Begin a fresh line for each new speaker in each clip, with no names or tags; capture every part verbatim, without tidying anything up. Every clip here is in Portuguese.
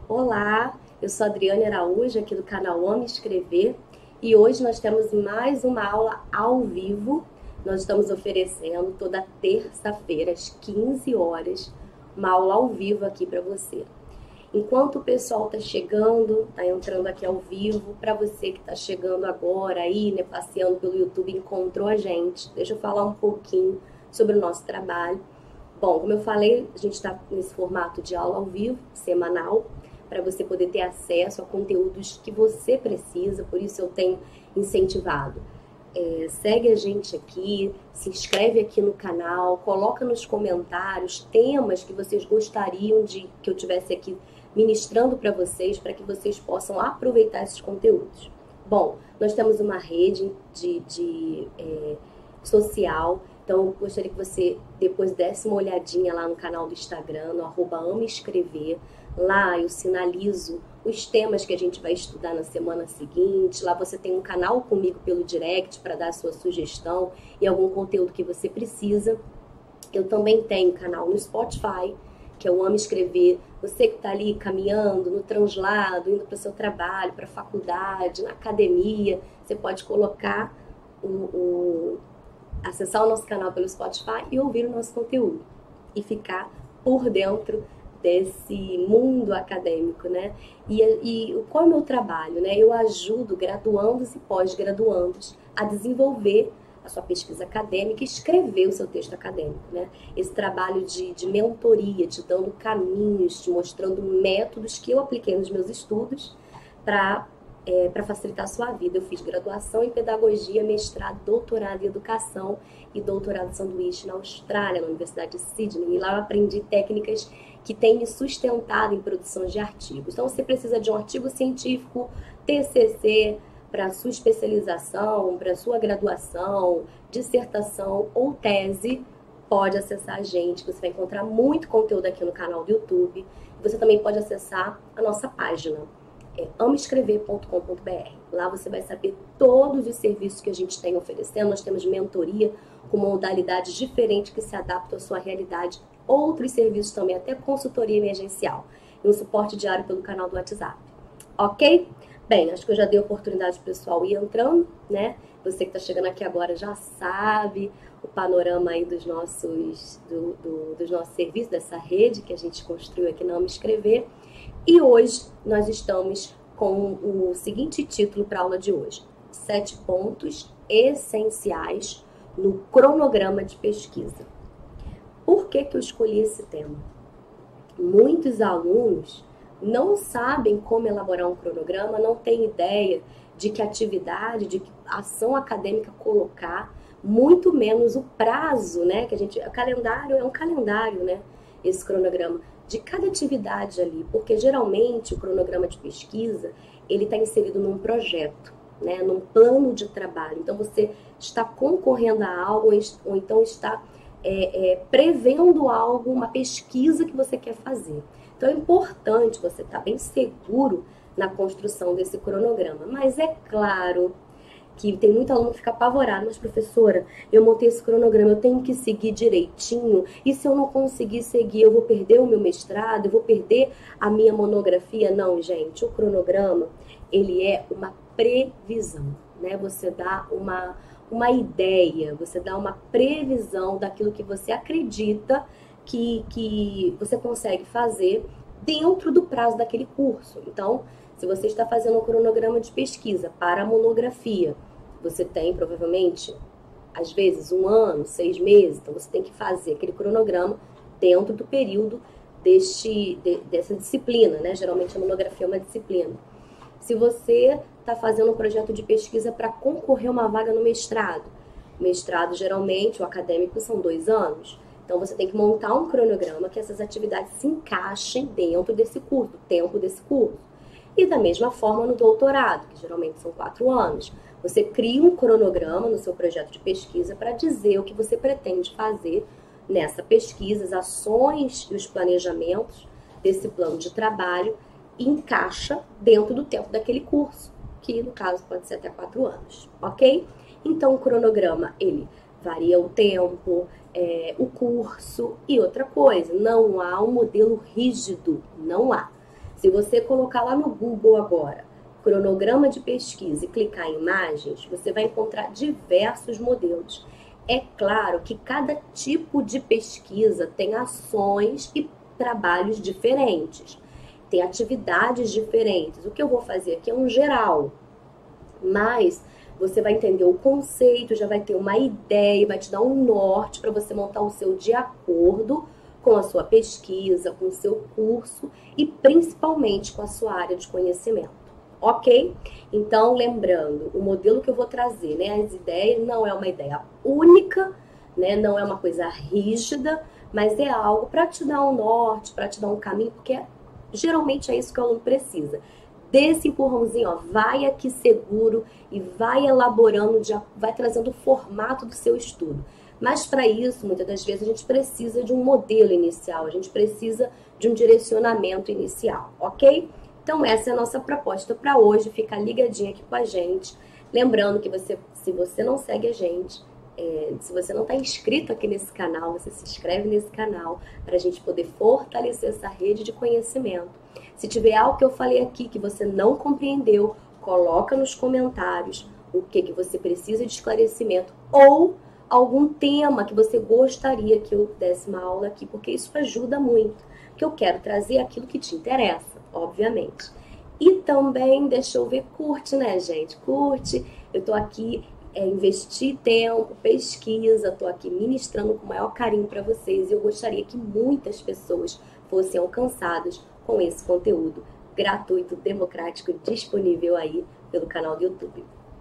Olá, eu sou a Adriane Araújo, aqui do canal Ame Escrever, e hoje nós temos mais uma aula ao vivo. Nós estamos oferecendo toda terça-feira, às quinze horas, uma aula ao vivo aqui para você. Enquanto o pessoal está chegando, está entrando aqui ao vivo, para você que está chegando agora aí, né, passeando pelo YouTube, encontrou a gente, deixa eu falar um pouquinho sobre o nosso trabalho. Bom, como eu falei, a gente está nesse formato de aula ao vivo, semanal, para você poder ter acesso a conteúdos que você precisa, por isso eu tenho incentivado. É, segue a gente aqui, se inscreve aqui no canal, coloca nos comentários temas que vocês gostariam de que eu tivesse aqui ministrando para vocês, para que vocês possam aproveitar esses conteúdos. Bom, nós temos uma rede de, de é, social, então eu gostaria que você depois desse uma olhadinha lá no canal do Instagram, no arroba Ame Escrever. Lá eu sinalizo os temas que a gente vai estudar na semana seguinte. Lá você tem um canal comigo pelo direct para dar a sua sugestão e algum conteúdo que você precisa. Eu também tenho canal no Spotify, que é o Ame Escrever. Você que está ali caminhando, no translado, indo para o seu trabalho, para a faculdade, na academia, você pode colocar o, o, acessar o nosso canal pelo Spotify e ouvir o nosso conteúdo. E ficar por dentro desse mundo acadêmico, né? E, e qual é o meu trabalho, né? Eu ajudo graduandos e pós-graduandos a desenvolver a sua pesquisa acadêmica e escrever o seu texto acadêmico, né? Esse trabalho de, de mentoria, te dando caminhos, te mostrando métodos que eu apliquei nos meus estudos para é, para facilitar a sua vida. Eu fiz graduação em pedagogia, mestrado, doutorado em educação e doutorado sanduíche na Austrália, na Universidade de Sydney. E lá eu aprendi técnicas que têm me sustentado em produção de artigos. Então, você precisa de um artigo científico, T C C, para sua especialização, para sua graduação, dissertação ou tese, pode acessar a gente, que você vai encontrar muito conteúdo aqui no canal do YouTube. Você também pode acessar a nossa página, é ame escrever ponto com ponto br. Lá você vai saber todos os serviços que a gente tem oferecendo. Nós temos mentoria com modalidades diferentes que se adaptam à sua realidade. Outros serviços também, até consultoria emergencial. E um suporte diário pelo canal do WhatsApp. Ok? Bem, acho que eu já dei oportunidade para o pessoal ir entrando, né? Você que está chegando aqui agora já sabe o panorama aí dos nossos, do, do, dos nossos serviços, dessa rede que a gente construiu aqui na Ame Escrever. E hoje nós estamos com o seguinte título para a aula de hoje: Sete pontos essenciais no cronograma de pesquisa. Por que que eu escolhi esse tema? Muitos alunos não sabem como elaborar um cronograma, não têm ideia de que atividade, de que ação acadêmica colocar, muito menos o prazo, né? Que a gente, o calendário é um calendário, né? Esse cronograma de cada atividade ali, porque geralmente o cronograma de pesquisa ele está inserido num projeto, né? Num plano de trabalho. Então você está concorrendo a algo ou então está é, é, prevendo algo, uma pesquisa que você quer fazer. Então é importante você estar bem seguro na construção desse cronograma. Mas é claro que tem muito aluno que fica apavorado. Mas, professora, eu montei esse cronograma, eu tenho que seguir direitinho. E se eu não conseguir seguir, eu vou perder o meu mestrado, eu vou perder a minha monografia? Não, gente. O cronograma, ele é uma previsão, né? Você dá uma, uma ideia, você dá uma previsão daquilo que você acredita Que, que você consegue fazer dentro do prazo daquele curso. Então, se você está fazendo um cronograma de pesquisa para a monografia, você tem provavelmente, às vezes, um ano, seis meses, então você tem que fazer aquele cronograma dentro do período deste, de, dessa disciplina, né? Geralmente a monografia é uma disciplina. Se você está fazendo um projeto de pesquisa para concorrer a uma vaga no mestrado, mestrado geralmente, o acadêmico, são dois anos. Então, você tem que montar um cronograma que essas atividades se encaixem dentro desse curso, do tempo desse curso. E da mesma forma no doutorado, que geralmente são quatro anos. Você cria um cronograma no seu projeto de pesquisa para dizer o que você pretende fazer nessa pesquisa, as ações e os planejamentos desse plano de trabalho e encaixa dentro do tempo daquele curso, que no caso pode ser até quatro anos, ok? Então, o cronograma, ele varia o tempo, é, o curso e outra coisa, não há um modelo rígido, não há. Se você colocar lá no Google agora, cronograma de pesquisa e clicar em imagens, você vai encontrar diversos modelos. É claro que cada tipo de pesquisa tem ações e trabalhos diferentes, tem atividades diferentes. O que eu vou fazer aqui é um geral, mas você vai entender o conceito, já vai ter uma ideia, vai te dar um norte para você montar o seu de acordo com a sua pesquisa, com o seu curso e principalmente com a sua área de conhecimento, ok? Então, lembrando, o modelo que eu vou trazer, né, as ideias não é uma ideia única, né, não é uma coisa rígida, mas é algo para te dar um norte, para te dar um caminho, porque geralmente é isso que o aluno precisa. Desse empurrãozinho, ó, vai aqui seguro e vai elaborando, vai trazendo o formato do seu estudo. Mas para isso, muitas das vezes, a gente precisa de um modelo inicial, a gente precisa de um direcionamento inicial, ok? Então essa é a nossa proposta para hoje, fica ligadinha aqui com a gente. Lembrando que você, se você não segue a gente, é, se você não está inscrito aqui nesse canal, você se inscreve nesse canal para a gente poder fortalecer essa rede de conhecimento. Se tiver algo que eu falei aqui que você não compreendeu, coloca nos comentários o que, que você precisa de esclarecimento ou algum tema que você gostaria que eu desse uma aula aqui, porque isso ajuda muito, porque eu quero trazer aquilo que te interessa, obviamente. E também, deixa eu ver, curte, né, gente? Curte, eu tô aqui, é, investir tempo, pesquisa, tô aqui ministrando com o maior carinho para vocês e eu gostaria que muitas pessoas fossem alcançadas com esse conteúdo gratuito, democrático, disponível aí pelo canal do YouTube.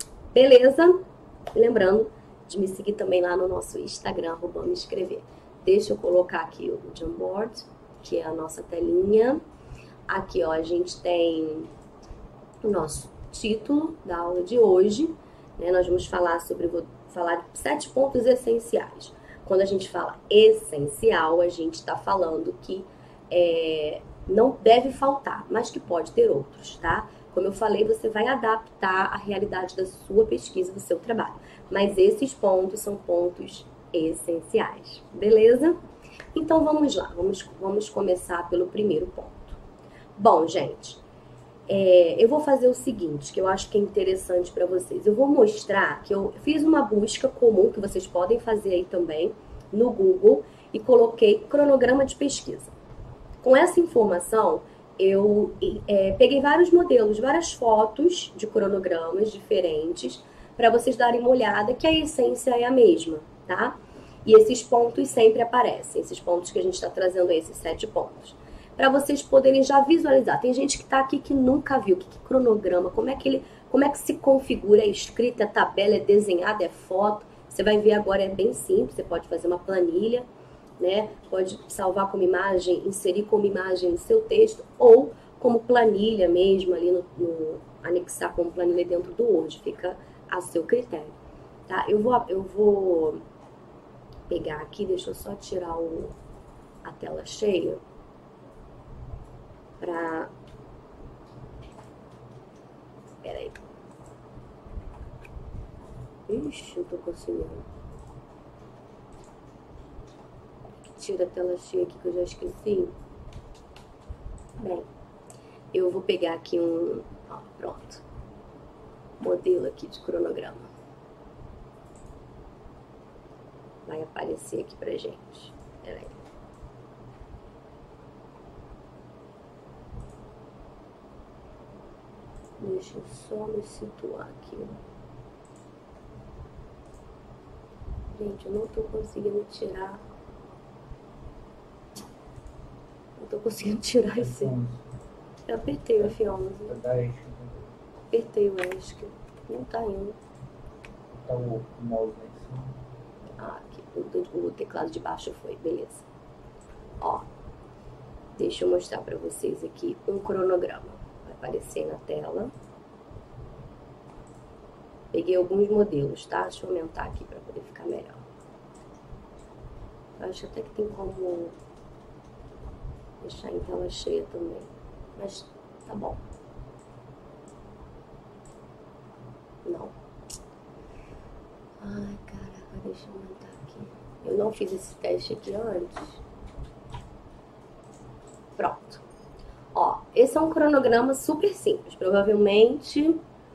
Beleza? Lembrando de me seguir também lá no nosso Instagram, arroba me escrever. Deixa eu colocar aqui o Jamboard, que é a nossa telinha. Aqui, ó, a gente tem o nosso título da aula de hoje, né? Nós vamos falar sobre, vou falar de sete pontos essenciais. Quando a gente fala essencial, a gente está falando que é, não deve faltar, mas que pode ter outros, tá? Como eu falei, você vai adaptar a realidade da sua pesquisa, do seu trabalho. Mas esses pontos são pontos essenciais, beleza? Então vamos lá, vamos, vamos começar pelo primeiro ponto. Bom, gente, é, eu vou fazer o seguinte, que eu acho que é interessante para vocês. Eu vou mostrar que eu fiz uma busca comum, que vocês podem fazer aí também, no Google, e coloquei cronograma de pesquisa. Com essa informação, eu é, peguei vários modelos, várias fotos de cronogramas diferentes, para vocês darem uma olhada, que a essência é a mesma, tá? E esses pontos sempre aparecem, esses pontos que a gente está trazendo aí, esses sete pontos. Para vocês poderem já visualizar. Tem gente que está aqui que nunca viu o que é cronograma, como é que ele, como é que se configura, é escrita, é tabela, é desenhada, é foto. Você vai ver agora, é bem simples, você pode fazer uma planilha, né? Pode salvar como imagem, inserir como imagem no seu texto, ou como planilha mesmo, ali no, no anexar como planilha dentro do Word, fica a seu critério, tá? Eu vou, eu vou pegar aqui, deixa eu só tirar o, a tela cheia, pra... Pera aí. Ixi, eu tô conseguindo. Tira a tela cheia aqui que eu já esqueci. Bem, eu vou pegar aqui um... Ó, pronto. Modelo aqui de cronograma. Vai aparecer aqui pra gente. Pera aí. Deixa eu só me situar aqui. Gente, eu não tô conseguindo tirar. Não tô conseguindo tirar esse. Eu apertei o F onze. Apertei o ESC. Não tá indo.
Tá o mouse aí em cima.
Ah, aqui. O, o teclado de baixo foi. Beleza. Ó. Deixa eu mostrar pra vocês aqui um cronograma. Vai aparecer na tela. Peguei alguns modelos, tá? Deixa eu aumentar aqui pra poder ficar melhor. Eu acho até que tem como deixar em tela cheia também. Mas tá bom. Não. Ai, caraca, deixa eu aumentar aqui. Eu não fiz esse teste aqui antes. Pronto. Ó, esse é um cronograma super simples, provavelmente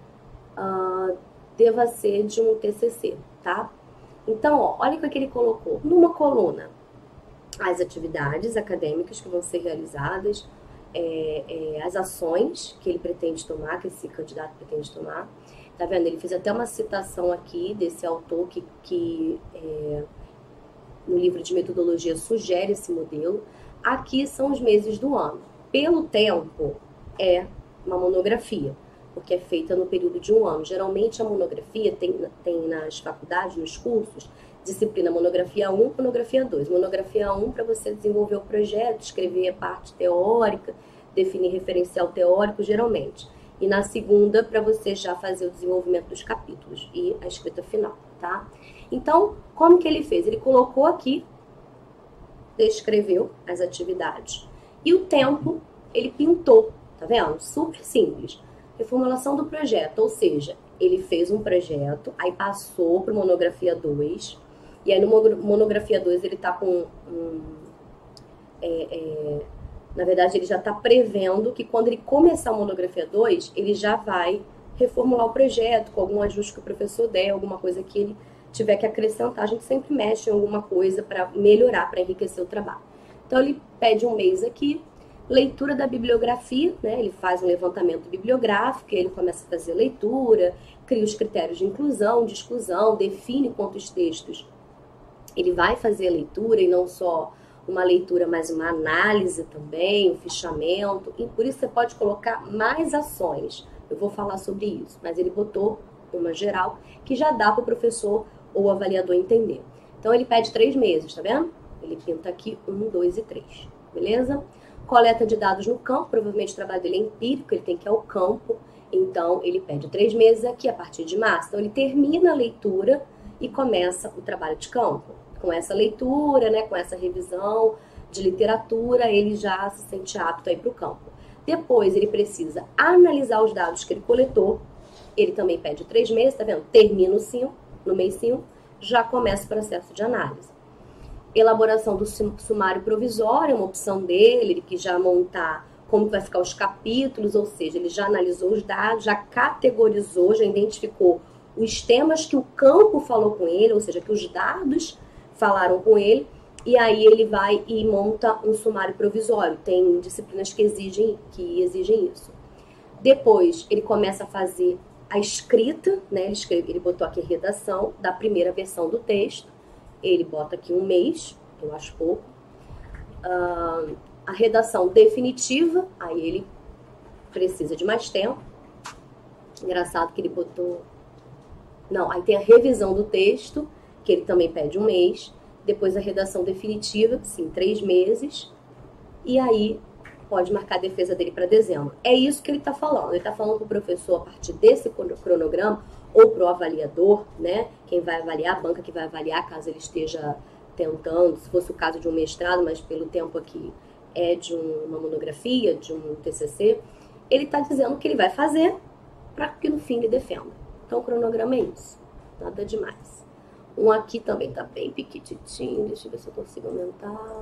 uh, deva ser de um T C C, tá? Então, ó, olha o que ele colocou. Numa coluna, as atividades acadêmicas que vão ser realizadas, é, é, as ações que ele pretende tomar, que esse candidato pretende tomar. Tá vendo? Ele fez até uma citação aqui desse autor que, que é, no livro de metodologia sugere esse modelo. Aqui são os meses do ano. Pelo tempo, é uma monografia, porque é feita no período de um ano. Geralmente a monografia tem, tem nas faculdades, nos cursos, disciplina monografia um, monografia dois. Monografia um para você desenvolver o projeto, escrever a parte teórica, definir referencial teórico, geralmente. E na segunda, para você já fazer o desenvolvimento dos capítulos e a escrita final, tá? Então, como que ele fez? Ele colocou aqui, descreveu as atividades. E o tempo, ele pintou, tá vendo? Super simples. Reformulação do projeto, ou seja, ele fez um projeto, aí passou para monografia dois, e aí no monografia dois ele tá com um, é, é, na verdade ele já está prevendo que quando ele começar a monografia dois, ele já vai reformular o projeto com algum ajuste que o professor der, alguma coisa que ele tiver que acrescentar. A gente sempre mexe em alguma coisa para melhorar, para enriquecer o trabalho. Então ele pede um mês aqui, leitura da bibliografia, né? Ele faz um levantamento bibliográfico, ele começa a fazer leitura, cria os critérios de inclusão, de exclusão, define quantos textos ele vai fazer a leitura, e não só uma leitura, mas uma análise também, um fichamento, e por isso você pode colocar mais ações. Eu vou falar sobre isso, mas ele botou uma geral que já dá para o professor ou avaliador entender. Então ele pede três meses, tá vendo? Ele pinta aqui um, dois e três, beleza? Coleta de dados no campo, provavelmente o trabalho dele é empírico, ele tem que ir ao campo, então ele pede três meses aqui a partir de março. Então ele termina a leitura e começa o trabalho de campo. Com essa leitura, né, com essa revisão de literatura, ele já se sente apto a ir para o campo. Depois ele precisa analisar os dados que ele coletou, ele também pede três meses, tá vendo? Termina o cinco, no mês cinco, já começa o processo de análise. Elaboração do sumário provisório, uma opção dele, ele quis já montar como vai ficar os capítulos, ou seja, ele já analisou os dados, já categorizou, já identificou os temas que o campo falou com ele, ou seja, que os dados falaram com ele, e aí ele vai e monta um sumário provisório. Tem disciplinas que exigem, que exigem isso. Depois, ele começa a fazer a escrita, né? Ele, escreve, ele botou aqui a redação da primeira versão do texto. Ele bota aqui um mês, eu acho pouco. Uh, a redação definitiva, aí ele precisa de mais tempo. Engraçado que ele botou... Não, aí tem a revisão do texto, que ele também pede um mês. Depois a redação definitiva, sim, três meses. E aí pode marcar a defesa dele para dezembro. É isso que ele está falando. Ele está falando para o professor a partir desse cronograma, ou para o avaliador, né? Quem vai avaliar, a banca que vai avaliar, caso ele esteja tentando, se fosse o caso de um mestrado, mas pelo tempo aqui é de uma monografia, de um T C C, ele está dizendo o que ele vai fazer para que no fim ele defenda. Então o cronograma é isso, nada demais. Um aqui também tá bem piquititinho, deixa eu ver se eu consigo aumentar.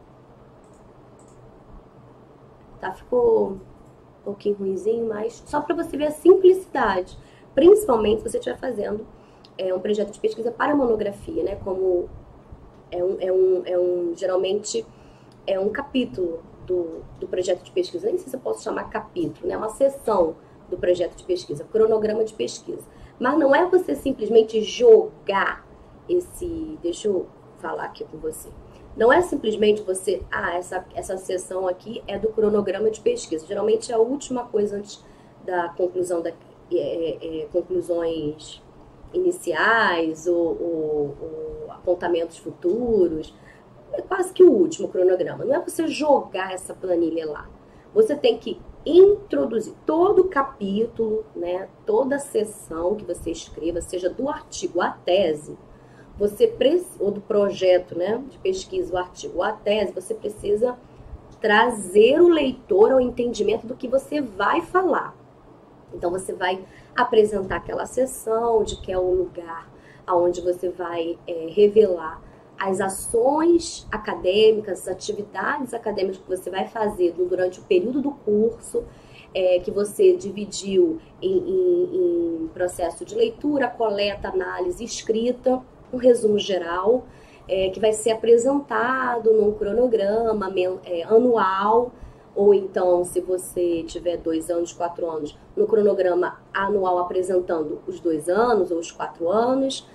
Tá, ficou um pouquinho ruinzinho, mas só para você ver a simplicidade. Principalmente se você estiver fazendo é, um projeto de pesquisa para monografia, né? Como é um, é um, é um geralmente é um capítulo do, do projeto de pesquisa. Nem sei se eu posso chamar capítulo, né? Uma seção do projeto de pesquisa, cronograma de pesquisa. Mas não é você simplesmente jogar esse... Deixa eu falar aqui com você. Não é simplesmente você... Ah, essa, essa seção aqui é do cronograma de pesquisa. Geralmente é a última coisa antes da conclusão da... É, é, conclusões iniciais ou, ou, ou apontamentos futuros. É quase que o último cronograma. Não é você jogar essa planilha lá. Você tem que introduzir todo o capítulo, né, toda a seção que você escreva, seja do artigo a tese, você ou do projeto, né, de pesquisa, o artigo ou a tese, você precisa trazer o leitor ao entendimento do que você vai falar. Então você vai apresentar aquela seção de que é o lugar onde você vai é, revelar as ações acadêmicas, as atividades acadêmicas que você vai fazer durante o período do curso, é, que você dividiu em, em, em processo de leitura, coleta, análise, escrita, um resumo geral, é, que vai ser apresentado num cronograma é, anual, ou então, se você tiver dois anos, quatro anos, no cronograma anual apresentando os dois anos ou os quatro anos,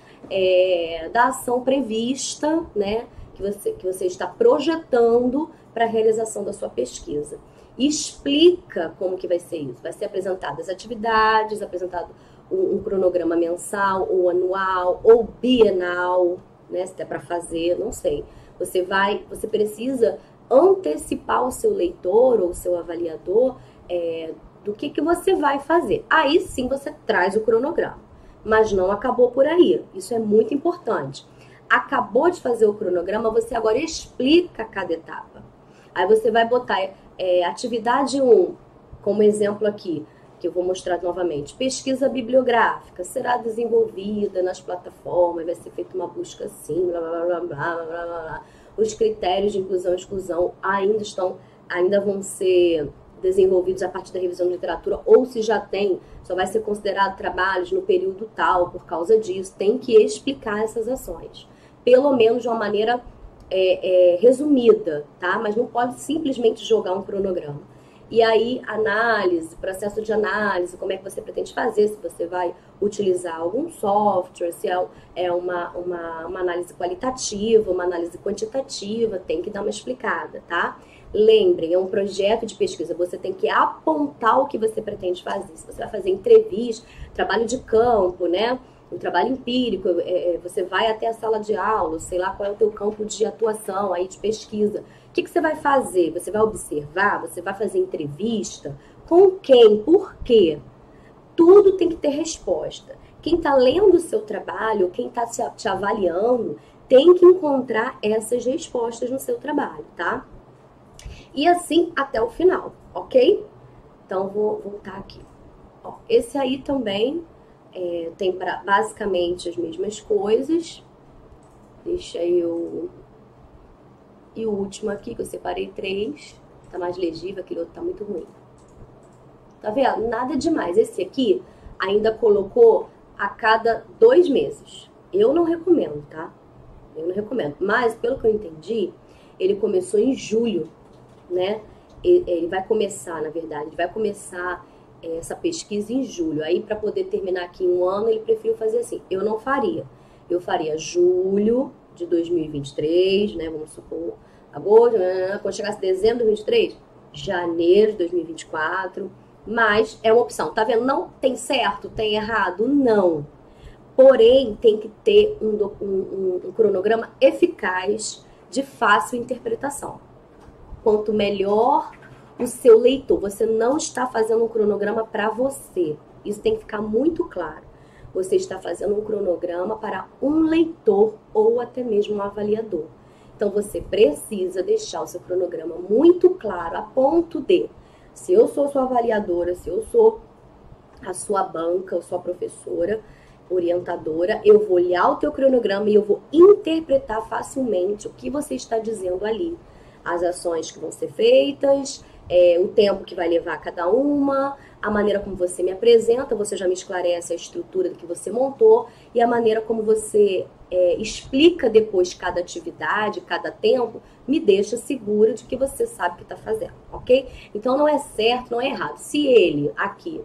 é, da ação prevista, né, que você, que você está projetando para a realização da sua pesquisa. E explica como que vai ser isso. Vai ser apresentadas as atividades, apresentado um, um cronograma mensal, ou anual, ou bienal, né, se é para fazer, não sei. Você vai, você precisa antecipar o seu leitor ou o seu avaliador é, do que, que você vai fazer. Aí sim você traz o cronograma, mas não acabou por aí. Isso é muito importante. Acabou de fazer o cronograma, você agora explica cada etapa. Aí você vai botar é, atividade um, como exemplo aqui, que eu vou mostrar novamente. Pesquisa bibliográfica será desenvolvida nas plataformas, vai ser feita uma busca assim, blá, blá, blá, blá, blá, blá, blá. Os critérios de inclusão e exclusão ainda estão, ainda vão ser desenvolvidos a partir da revisão de literatura, ou se já tem, só vai ser considerado trabalhos no período tal, por causa disso. Tem que explicar essas ações, pelo menos de uma maneira é, é, resumida, tá? Mas não pode simplesmente jogar um cronograma. E aí, análise, processo de análise, como é que você pretende fazer, se você vai utilizar algum software, se é, é uma, uma, uma análise qualitativa, uma análise quantitativa, tem que dar uma explicada, tá? Lembrem, é um projeto de pesquisa, você tem que apontar o que você pretende fazer. Se você vai fazer entrevista, trabalho de campo, né? Um trabalho empírico, é, você vai até a sala de aula, sei lá qual é o teu campo de atuação aí, de pesquisa. O que, que você vai fazer? Você vai observar? Você vai fazer entrevista? Com quem? Por quê? Tudo tem que ter resposta. Quem está lendo o seu trabalho, quem está te, te avaliando, tem que encontrar essas respostas no seu trabalho, tá? E assim até o final, ok? Então, vou voltar aqui. Ó, esse aí também é, tem pra, basicamente as mesmas coisas. Deixa eu... E o último aqui, que eu separei três, tá mais legível, aquele outro tá muito ruim. Tá vendo? Nada demais. Esse aqui ainda colocou a cada dois meses. Eu não recomendo, tá? Eu não recomendo. Mas, pelo que eu entendi, ele começou em julho, né? Ele vai começar, na verdade, ele vai começar essa pesquisa em julho. Aí, para poder terminar aqui em um ano, ele preferiu fazer assim. Eu não faria. Eu faria julho de dois mil e vinte e três, né? Vamos supor, agosto, quando chegasse dezembro de dois mil e vinte e três, janeiro de dois mil e vinte e quatro, mas é uma opção, tá vendo? Não tem certo, tem errado, não. Porém, tem que ter um, um, um cronograma eficaz, de fácil interpretação. Quanto melhor o seu leitor, você não está fazendo um cronograma para você, isso tem que ficar muito claro. Você está fazendo um cronograma para um leitor ou até mesmo um avaliador. Então, você precisa deixar o seu cronograma muito claro, a ponto de, se eu sou sua avaliadora, se eu sou a sua banca, ou sua professora, orientadora, eu vou olhar o teu cronograma e eu vou interpretar facilmente o que você está dizendo ali. As ações que vão ser feitas, é, o tempo que vai levar cada uma, a maneira como você me apresenta, você já me esclarece a estrutura que você montou e a maneira como você é, explica depois cada atividade, cada tempo, me deixa segura de que você sabe o que está fazendo, ok? Então não é certo, não é errado. Se ele aqui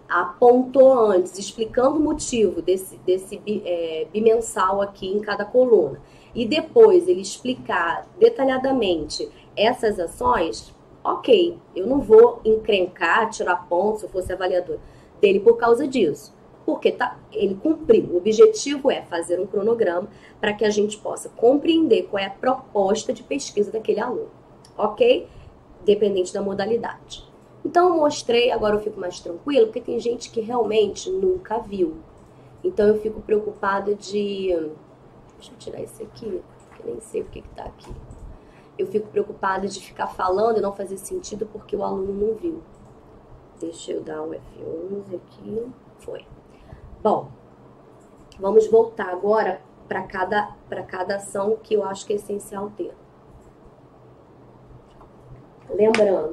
apontou antes, explicando o motivo desse, desse é, bimensal aqui em cada coluna, e depois ele explicar detalhadamente essas ações, ok, eu não vou encrencar, tirar ponto, se eu fosse avaliador dele por causa disso. Porque tá, ele cumpriu. O objetivo é fazer um cronograma para que a gente possa compreender qual é a proposta de pesquisa daquele aluno. Ok? Dependente da modalidade. Então, eu mostrei, agora eu fico mais tranquila, porque tem gente que realmente nunca viu. Então, eu fico preocupada de... Deixa eu tirar esse aqui, porque nem sei o que está aqui. Eu fico preocupada de ficar falando e não fazer sentido porque o aluno não viu. Deixa eu dar um F onze aqui. Foi. Bom, vamos voltar agora para cada, para cada ação que eu acho que é essencial ter. Lembrando,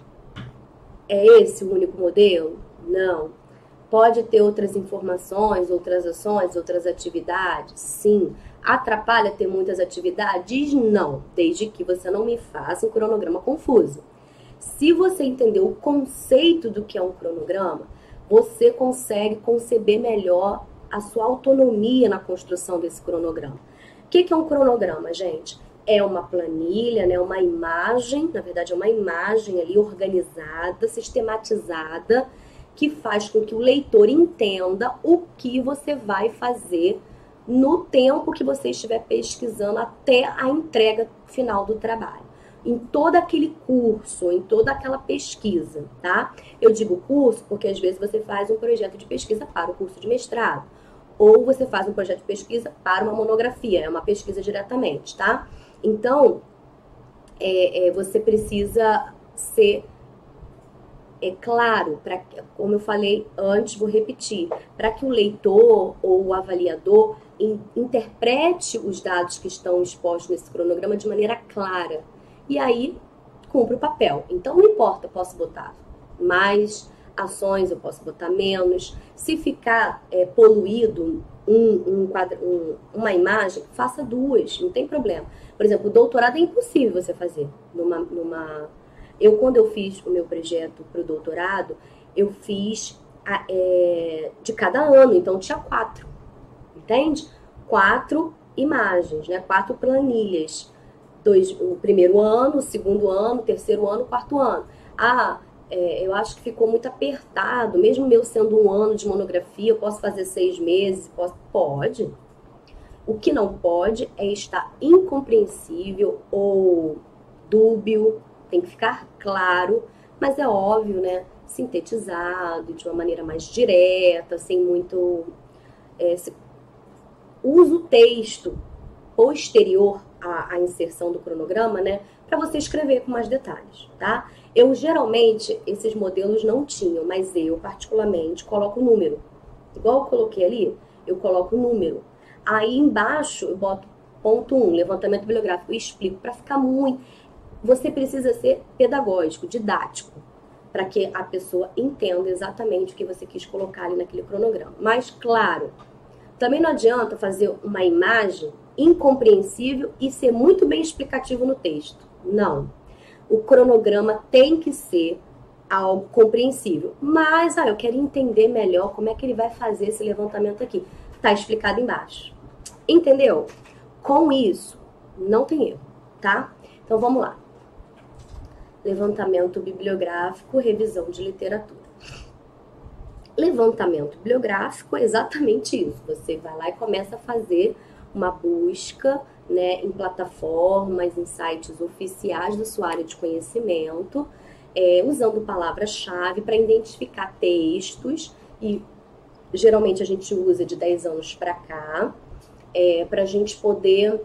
é esse o único modelo? Não. Pode ter outras informações, outras ações, outras atividades? Sim. Atrapalha ter muitas atividades? Não. Desde que você não me faça um cronograma confuso. Se você entender o conceito do que é um cronograma, você consegue conceber melhor a sua autonomia na construção desse cronograma. O que é um cronograma, gente? É uma planilha, né? Uma imagem, na verdade é uma imagem ali organizada, sistematizada, que faz com que o leitor entenda o que você vai fazer no tempo que você estiver pesquisando até a entrega final do trabalho. Em todo aquele curso, em toda aquela pesquisa, tá? Eu digo curso porque às vezes você faz um projeto de pesquisa para o curso de mestrado, ou você faz um projeto de pesquisa para uma monografia, é uma pesquisa diretamente, tá? Então, é, é, você precisa ser é claro, pra, como eu falei antes, vou repetir, para que o leitor ou o avaliador in, interprete os dados que estão expostos nesse cronograma de maneira clara. E aí, cumpre o papel. Então, não importa, eu posso botar mais ações, eu posso botar menos. Se ficar é, poluído um, um quadro, um, uma imagem, faça duas, não tem problema. Por exemplo, o doutorado é impossível você fazer numa... numa Eu, quando eu fiz o meu projeto para o doutorado, eu fiz é, de cada ano, então tinha quatro, entende? Quatro imagens, né? Quatro planilhas. Dois, o primeiro ano, o segundo ano, o terceiro ano, o quarto ano. Ah, é, eu acho que ficou muito apertado, mesmo meu sendo um ano de monografia, eu posso fazer seis meses? Posso? Pode. O que não pode é estar incompreensível ou dúbio. Tem que ficar claro, mas é óbvio, né? Sintetizado, de uma maneira mais direta, sem muito... É, se... Usa o texto posterior à, à inserção do cronograma, né? Para você escrever com mais detalhes, tá? Eu, geralmente, esses modelos não tinham, mas eu, particularmente, coloco o número. Igual eu coloquei ali, eu coloco o número. Aí, embaixo, eu boto ponto um, levantamento bibliográfico, e explico para ficar muito... Você precisa ser pedagógico, didático, para que a pessoa entenda exatamente o que você quis colocar ali naquele cronograma. Mas, claro, também não adianta fazer uma imagem incompreensível e ser muito bem explicativo no texto. Não. O cronograma tem que ser algo compreensível. Mas, ah, eu quero entender melhor como é que ele vai fazer esse levantamento aqui. Está explicado embaixo. Entendeu? Com isso, não tem erro, tá? Então, vamos lá. Levantamento bibliográfico, revisão de literatura. Levantamento bibliográfico é exatamente isso. Você vai lá e começa a fazer uma busca, né, em plataformas, em sites oficiais da sua área de conhecimento, é, usando palavra-chave para identificar textos, e geralmente a gente usa de dez anos para cá, é, para a gente poder...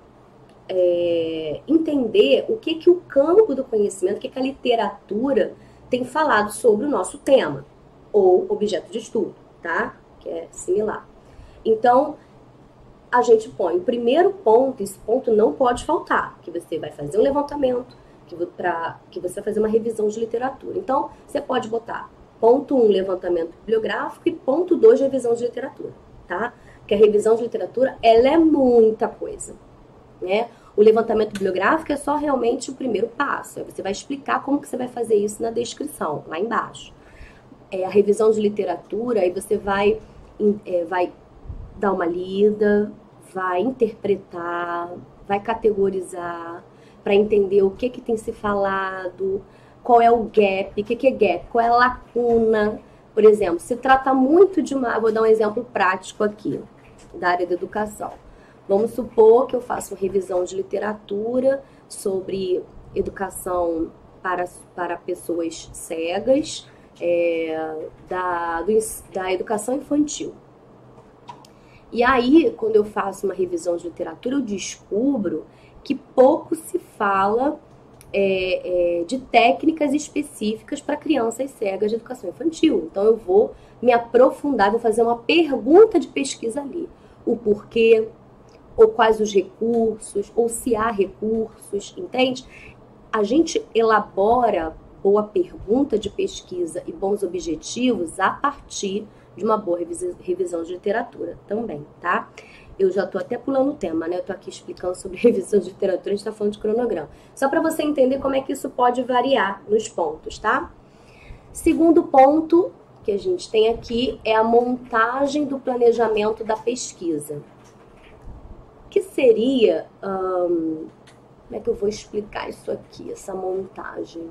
É, entender o que, que o campo do conhecimento, o que, que a literatura tem falado sobre o nosso tema, ou objeto de estudo, tá? Que é similar. Então, a gente põe o primeiro ponto, esse ponto não pode faltar, que você vai fazer um levantamento, que, pra, que você vai fazer uma revisão de literatura. Então, você pode botar ponto um, levantamento bibliográfico, e ponto dois, revisão de literatura, tá? Porque a revisão de literatura, ela é muita coisa, né? O levantamento bibliográfico é só realmente o primeiro passo. Aí você vai explicar como que você vai fazer isso na descrição, lá embaixo. É, a revisão de literatura, aí você vai, é, vai dar uma lida, vai interpretar, vai categorizar, para entender o que, que tem se falado, qual é o gap, o que, que é gap, qual é a lacuna. Por exemplo, se trata muito de uma... Vou dar um exemplo prático aqui, da área da educação. Vamos supor que eu faço uma revisão de literatura sobre educação para, para pessoas cegas, é, da, do, da educação infantil. E aí, quando eu faço uma revisão de literatura, eu descubro que pouco se fala é, é, de técnicas específicas para crianças cegas de educação infantil. Então, eu vou me aprofundar, vou fazer uma pergunta de pesquisa ali. O porquê, ou quais os recursos, ou se há recursos, entende? A gente elabora boa pergunta de pesquisa e bons objetivos a partir de uma boa revisão de literatura também, tá? Eu já tô até pulando o tema, né? Eu tô aqui explicando sobre revisão de literatura, a gente tá falando de cronograma. Só para você entender como é que isso pode variar nos pontos, tá? Segundo ponto que a gente tem aqui é a montagem do planejamento da pesquisa. Que seria... Hum, como é que eu vou explicar isso aqui, essa montagem?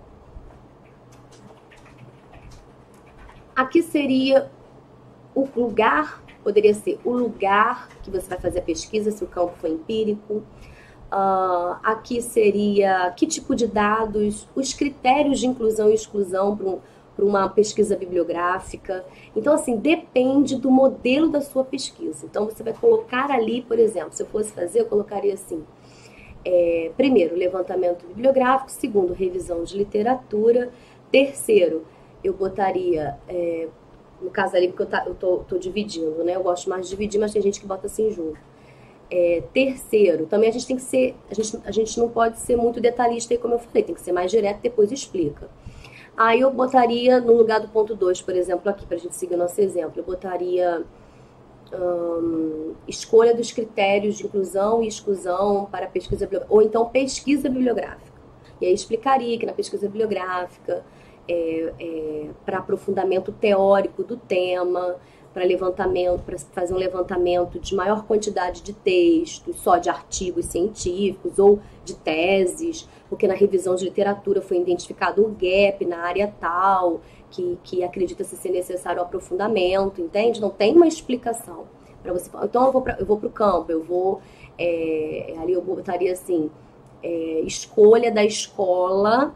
Aqui seria o lugar, poderia ser o lugar que você vai fazer a pesquisa, se o campo for empírico. Uh, aqui seria que tipo de dados, os critérios de inclusão e exclusão para um, para uma pesquisa bibliográfica. Então, assim, depende do modelo da sua pesquisa. Então, você vai colocar ali, por exemplo, se eu fosse fazer, eu colocaria assim, é, primeiro, levantamento bibliográfico, segundo, revisão de literatura, terceiro, eu botaria, é, no caso ali, porque eu, tá, eu tô, tô dividindo, né? Eu gosto mais de dividir, mas tem gente que bota assim junto. É, terceiro, também a gente tem que ser, a gente, a gente não pode ser muito detalhista aí, como eu falei, tem que ser mais direto, depois explica. Aí eu botaria, no lugar do ponto dois, por exemplo, aqui, pra gente seguir o nosso exemplo, eu botaria hum, escolha dos critérios de inclusão e exclusão para pesquisa bibliográfica, ou então pesquisa bibliográfica. E aí explicaria que na pesquisa bibliográfica, É, é, para aprofundamento teórico do tema, para levantamento, para fazer um levantamento de maior quantidade de textos, só de artigos científicos ou de teses, porque na revisão de literatura foi identificado um gap na área tal, que, que acredita-se ser necessário o aprofundamento, entende? Não tem uma explicação para você. Então eu vou para eu vou o campo, eu vou é, ali eu botaria assim, é, escolha da escola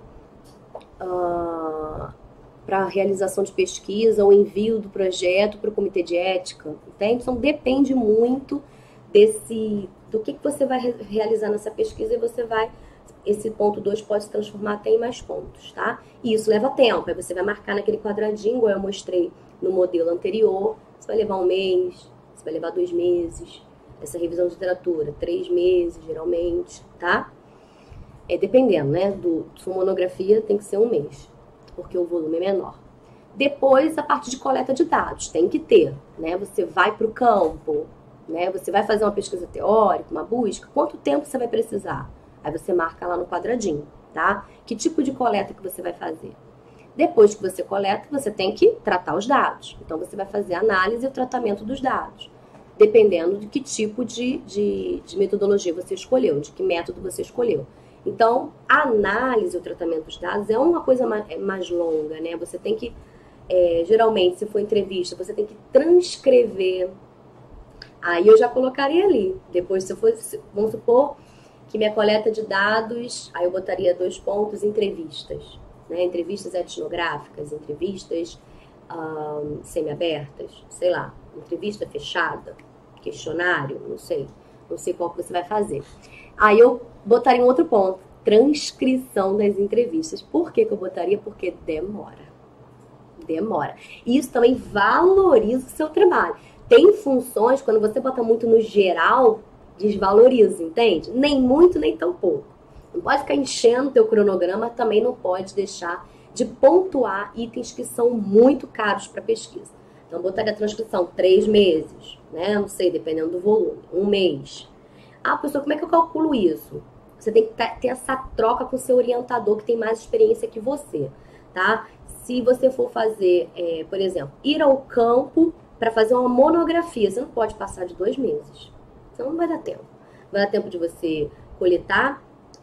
Uh, para a realização de pesquisa ou envio do projeto para o comitê de ética, entende? Então depende muito desse, do que, que você vai re realizar nessa pesquisa e você vai, esse ponto dois pode se transformar até em mais pontos, tá? E isso leva tempo, aí você vai marcar naquele quadradinho, igual eu mostrei no modelo anterior, você vai levar um mês, você vai levar dois meses, essa revisão de literatura, três meses geralmente, tá? É, dependendo, né, do sua monografia tem que ser um mês, porque o volume é menor. Depois, a parte de coleta de dados, tem que ter, né, você vai para o campo, né, você vai fazer uma pesquisa teórica, uma busca, quanto tempo você vai precisar? Aí você marca lá no quadradinho, tá? Que tipo de coleta que você vai fazer? Depois que você coleta, você tem que tratar os dados. Então, você vai fazer a análise e o tratamento dos dados, dependendo de que tipo de, de, de metodologia você escolheu, de que método você escolheu. Então, a análise e o tratamento dos dados é uma coisa mais longa, né? Você tem que, é, geralmente, se for entrevista, você tem que transcrever. Aí eu já colocaria ali. Depois, se eu fosse, vamos supor que minha coleta de dados, aí eu botaria dois pontos, entrevistas. Né? Entrevistas etnográficas, entrevistas um, semi-abertas, sei lá, entrevista fechada, questionário, não sei. Não sei qual que você vai fazer. Aí eu botaria um outro ponto, transcrição das entrevistas. Por que que eu botaria? Porque demora. Demora. E isso também valoriza o seu trabalho. Tem funções, quando você bota muito no geral, desvaloriza, entende? Nem muito, nem tão pouco. Não pode ficar enchendo o teu cronograma, também não pode deixar de pontuar itens que são muito caros para pesquisa. Então, botaria a transcrição três meses, né? Não sei, dependendo do volume, um mês. Ah, professor, como é que eu calculo isso? Você tem que ter essa troca com o seu orientador que tem mais experiência que você, tá? Se você for fazer, é, por exemplo, ir ao campo para fazer uma monografia, você não pode passar de dois meses. Senão não vai dar tempo. Vai dar tempo de você coletar,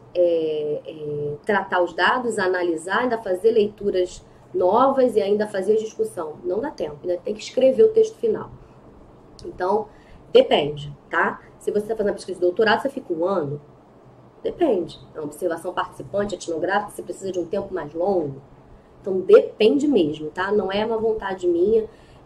é, é, tratar os dados, analisar, ainda fazer leituras novas e ainda fazer a discussão. Não dá tempo, ainda tem que escrever o texto final. Então, depende, tá? Se você está fazendo a pesquisa de doutorado, você fica um ano? Depende. É uma observação participante, etnográfica, você precisa de um tempo mais longo. Então, depende mesmo, tá? Não é uma vontade minha.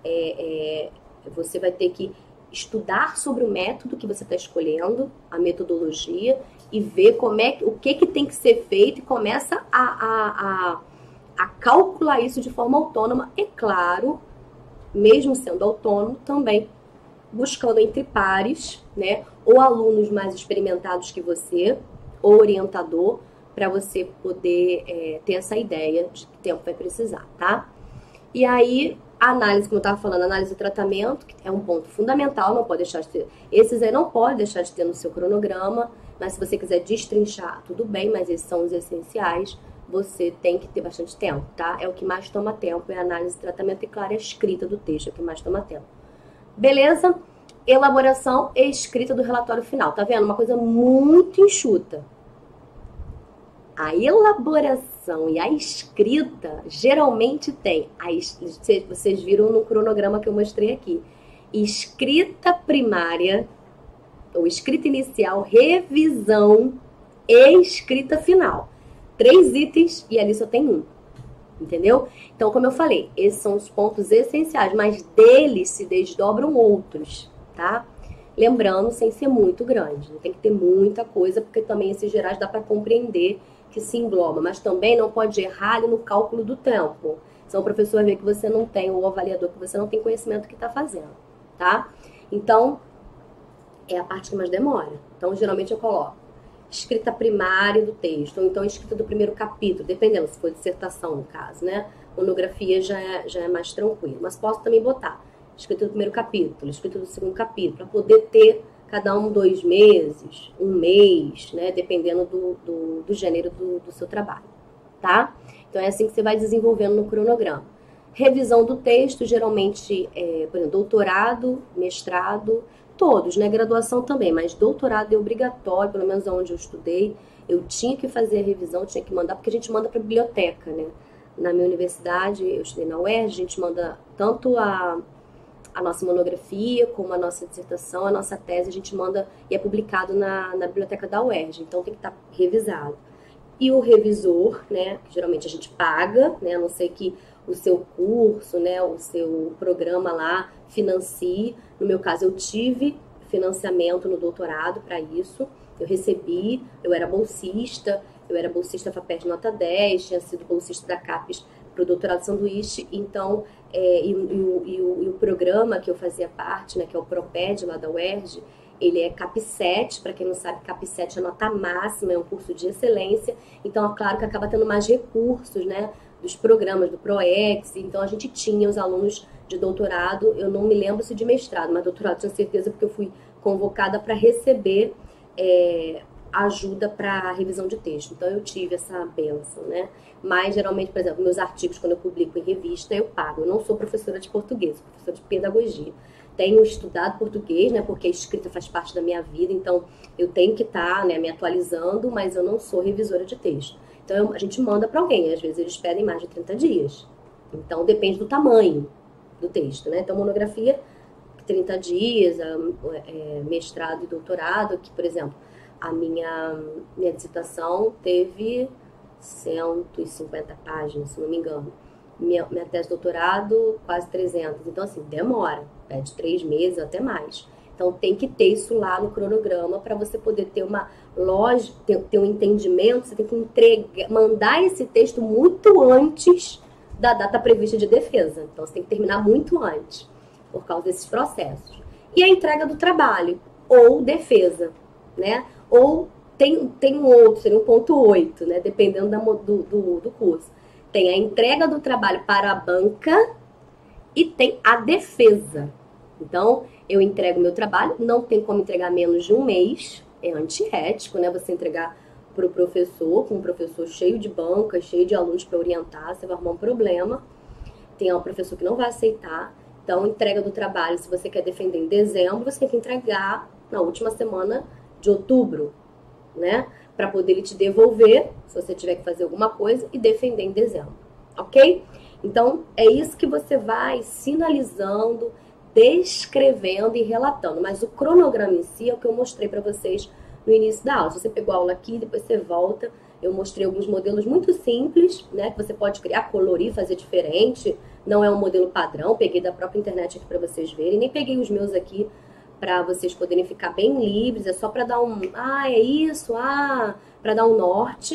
É, é, você vai ter que estudar sobre o método que você está escolhendo, a metodologia, e ver como é, o que, que tem que ser feito e começa a, a, a, a calcular isso de forma autônoma. É claro, mesmo sendo autônomo, também buscando entre pares, né, ou alunos mais experimentados que você, ou orientador, para você poder é, ter essa ideia de que tempo vai precisar, tá? E aí, a análise, como eu estava falando, análise do tratamento, que é um ponto fundamental, não pode deixar de ter. Esses aí não pode deixar de ter no seu cronograma, mas se você quiser destrinchar, tudo bem, mas esses são os essenciais, você tem que ter bastante tempo, tá? É o que mais toma tempo, é a análise do tratamento e, claro, a escrita do texto, é o que mais toma tempo. Beleza? Elaboração e escrita do relatório final, tá vendo? Uma coisa muito enxuta. A elaboração e a escrita geralmente tem, as, vocês viram no cronograma que eu mostrei aqui, escrita primária, ou escrita inicial, revisão e escrita final. Três itens e ali só tem um, entendeu? Então, como eu falei, esses são os pontos essenciais, mas deles se desdobram outros, tá? Lembrando, sem ser muito grande, não tem que ter muita coisa, porque também esses gerais dá para compreender que se engloba, mas também não pode errar ali no cálculo do tempo. Senão o professor vai ver que você não tem, ou o avaliador, que você não tem conhecimento do que está fazendo, tá? Então, é a parte que mais demora. Então, geralmente eu coloco escrita primária do texto, ou então escrita do primeiro capítulo, dependendo, se for dissertação, no caso, né? Monografia já é, já é mais tranquilo. Mas posso também botar escrita do primeiro capítulo, escrita do segundo capítulo, para poder ter cada um dois meses, um mês, né? Dependendo do, do, do gênero do, do seu trabalho, tá? Então é assim que você vai desenvolvendo no cronograma. Revisão do texto, geralmente, é, por exemplo, doutorado, mestrado, todos, né? Graduação também, mas doutorado é obrigatório, pelo menos onde eu estudei, eu tinha que fazer a revisão, tinha que mandar, porque a gente manda para a biblioteca, né? Na minha universidade, eu estudei na U E R J, a gente manda tanto a a nossa monografia, como a nossa dissertação, a nossa tese, a gente manda e é publicado na, na biblioteca da U E R J, então tem que estar revisado. E o revisor, né, que geralmente a gente paga, né, a não ser que o seu curso, né, o seu programa lá financie. No meu caso, eu tive financiamento no doutorado para isso, eu recebi, eu era bolsista, eu era bolsista FAPESP nota dez, tinha sido bolsista da CAPES para o doutorado sanduíche, então, é, e, e, e, o, e o programa que eu fazia parte, né, que é o PROPED lá da U E R J, ele é CAP sete, para quem não sabe, CAP sete é nota máxima, é um curso de excelência, então é claro que acaba tendo mais recursos, né, dos programas, do PROEX, então a gente tinha os alunos de doutorado, eu não me lembro se de mestrado, mas doutorado tinha certeza porque eu fui convocada para receber é, ajuda para revisão de texto, então eu tive essa bênção, né? Mas geralmente, por exemplo, meus artigos, quando eu publico em revista, eu pago. Eu não sou professora de português, sou professora de pedagogia. Tenho estudado português, né, porque a escrita faz parte da minha vida, então eu tenho que estar, né, me atualizando, mas eu não sou revisora de texto. Então eu, a gente manda para alguém, às vezes eles pedem mais de trinta dias. Então depende do tamanho do texto, né? Então monografia, trinta dias, é, mestrado e doutorado, que, por exemplo, a minha, minha dissertação teve cento e cinquenta páginas, se não me engano. Minha, minha tese de doutorado, quase trezentas. Então, assim, demora. Pede três meses, até mais. Então, tem que ter isso lá no cronograma para você poder ter uma lógica, ter, ter um entendimento. Você tem que entregar, mandar esse texto muito antes da data prevista de defesa. Então, você tem que terminar muito antes, por causa desses processos. E a entrega do trabalho, ou defesa, né? Ou tem, tem um outro, seria um ponto oito, né? Dependendo da, do, do, do curso. Tem a entrega do trabalho para a banca e tem a defesa. Então, eu entrego meu trabalho, não tem como entregar menos de um mês, é antiético, né? Você entregar para o professor, com um professor cheio de banca, cheio de alunos para orientar, você vai arrumar um problema. Tem um professor que não vai aceitar. Então, entrega do trabalho, se você quer defender em dezembro, você tem que entregar na última semana de outubro, né? Para poder ele te devolver, se você tiver que fazer alguma coisa, e defender em dezembro, ok? Então, é isso que você vai sinalizando, descrevendo e relatando. Mas o cronograma em si é o que eu mostrei para vocês no início da aula. Se você pegou a aula aqui, depois você volta, eu mostrei alguns modelos muito simples, né? Que você pode criar, colorir, fazer diferente. Não é um modelo padrão, peguei da própria internet aqui para vocês verem. Nem peguei os meus aqui para vocês poderem ficar bem livres, é só para dar um, ah, é isso, ah, para dar um norte.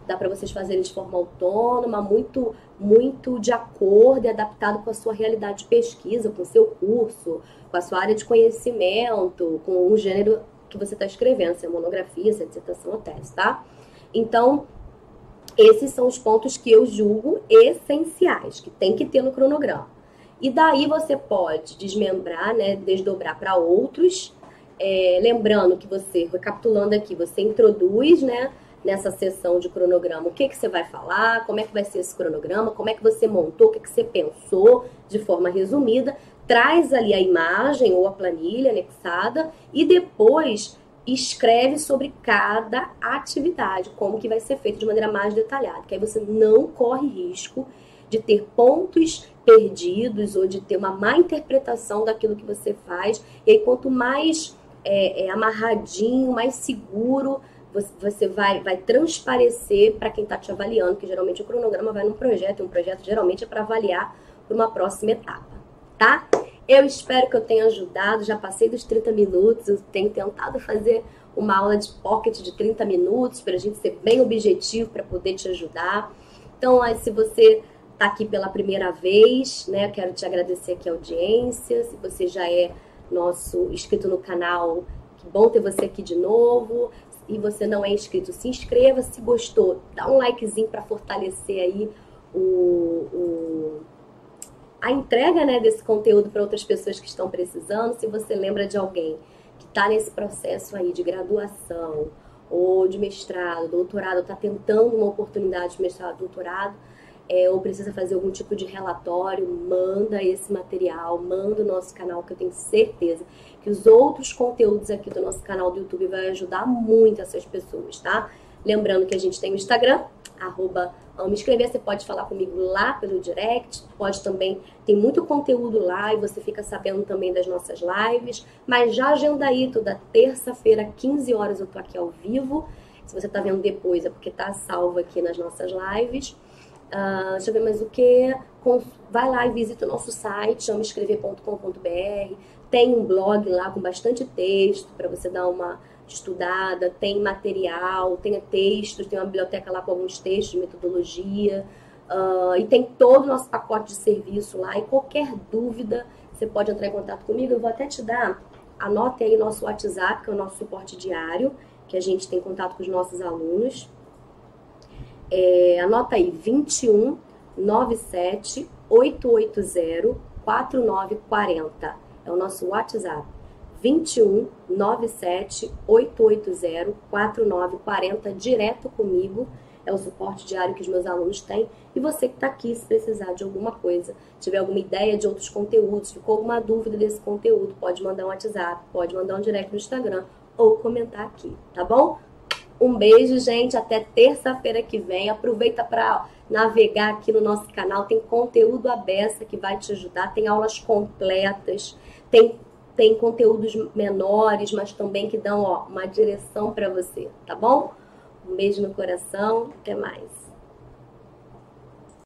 dá para vocês fazerem de forma autônoma, muito, muito de acordo e adaptado com a sua realidade de pesquisa, com o seu curso, com a sua área de conhecimento, com o gênero que você está escrevendo, se é monografia, se é dissertação ou tese, tá? Então, esses são os pontos que eu julgo essenciais, que tem que ter no cronograma. E daí você pode desmembrar, né, desdobrar para outros, é, lembrando que você, recapitulando aqui, você introduz, né, nessa sessão de cronograma, o que, que você vai falar, como é que vai ser esse cronograma, como é que você montou, o que, que você pensou, de forma resumida, traz ali a imagem ou a planilha anexada e depois escreve sobre cada atividade, como que vai ser feito de maneira mais detalhada, que aí você não corre risco de ter pontos perdidos ou de ter uma má interpretação daquilo que você faz. E aí, quanto mais é, é, amarradinho, mais seguro, você, você vai, vai transparecer para quem está te avaliando, que geralmente o cronograma vai num projeto, e um projeto geralmente é para avaliar para uma próxima etapa, tá? Eu espero que eu tenha ajudado, já passei dos trinta minutos, eu tenho tentado fazer uma aula de pocket de trinta minutos, para a gente ser bem objetivo, para poder te ajudar. Então, se você está aqui pela primeira vez, né, eu quero te agradecer aqui a audiência. Se você já é nosso inscrito no canal, que bom ter você aqui de novo. E você não é inscrito, se inscreva. Se gostou, dá um likezinho para fortalecer aí o, o, a entrega, né, desse conteúdo para outras pessoas que estão precisando. Se você lembra de alguém que está nesse processo aí de graduação ou de mestrado, doutorado, está tentando uma oportunidade de mestrado, doutorado, É, ou precisa fazer algum tipo de relatório, manda esse material, manda o nosso canal, que eu tenho certeza que os outros conteúdos aqui do nosso canal do YouTube vai ajudar muito essas pessoas, tá? Lembrando que a gente tem o Instagram, arroba Amo Escrever, você pode falar comigo lá pelo direct, pode também, tem muito conteúdo lá e você fica sabendo também das nossas lives, mas já agenda aí, toda terça-feira, quinze horas eu tô aqui ao vivo, se você tá vendo depois é porque tá salvo aqui nas nossas lives. Uh, deixa eu ver mais o que. Vai lá e visita o nosso site, amo escrever ponto com ponto br. Tem um blog lá com bastante texto para você dar uma estudada. Tem material, tem textos, tem uma biblioteca lá com alguns textos de metodologia. Uh, e tem todo o nosso pacote de serviço lá. E qualquer dúvida, você pode entrar em contato comigo. Eu vou até te dar, anote aí nosso WhatsApp, que é o nosso suporte diário, que a gente tem contato com os nossos alunos. É, anota aí, vinte e um, noventa e sete, oitocentos e oitenta, quarenta e nove quarenta. É o nosso WhatsApp. vinte e um, noventa e sete, oitocentos e oitenta, quarenta e nove quarenta, direto comigo. É o suporte diário que os meus alunos têm. E você que está aqui, se precisar de alguma coisa, tiver alguma ideia de outros conteúdos, ficou alguma dúvida desse conteúdo, pode mandar um WhatsApp, pode mandar um direct no Instagram ou comentar aqui, tá bom? Um beijo, gente. Até terça-feira que vem. Aproveita para navegar aqui no nosso canal. Tem conteúdo à beça que vai te ajudar. Tem aulas completas. Tem, tem conteúdos menores, mas também que dão ó, uma direção para você, tá bom? Um beijo no coração. Até mais.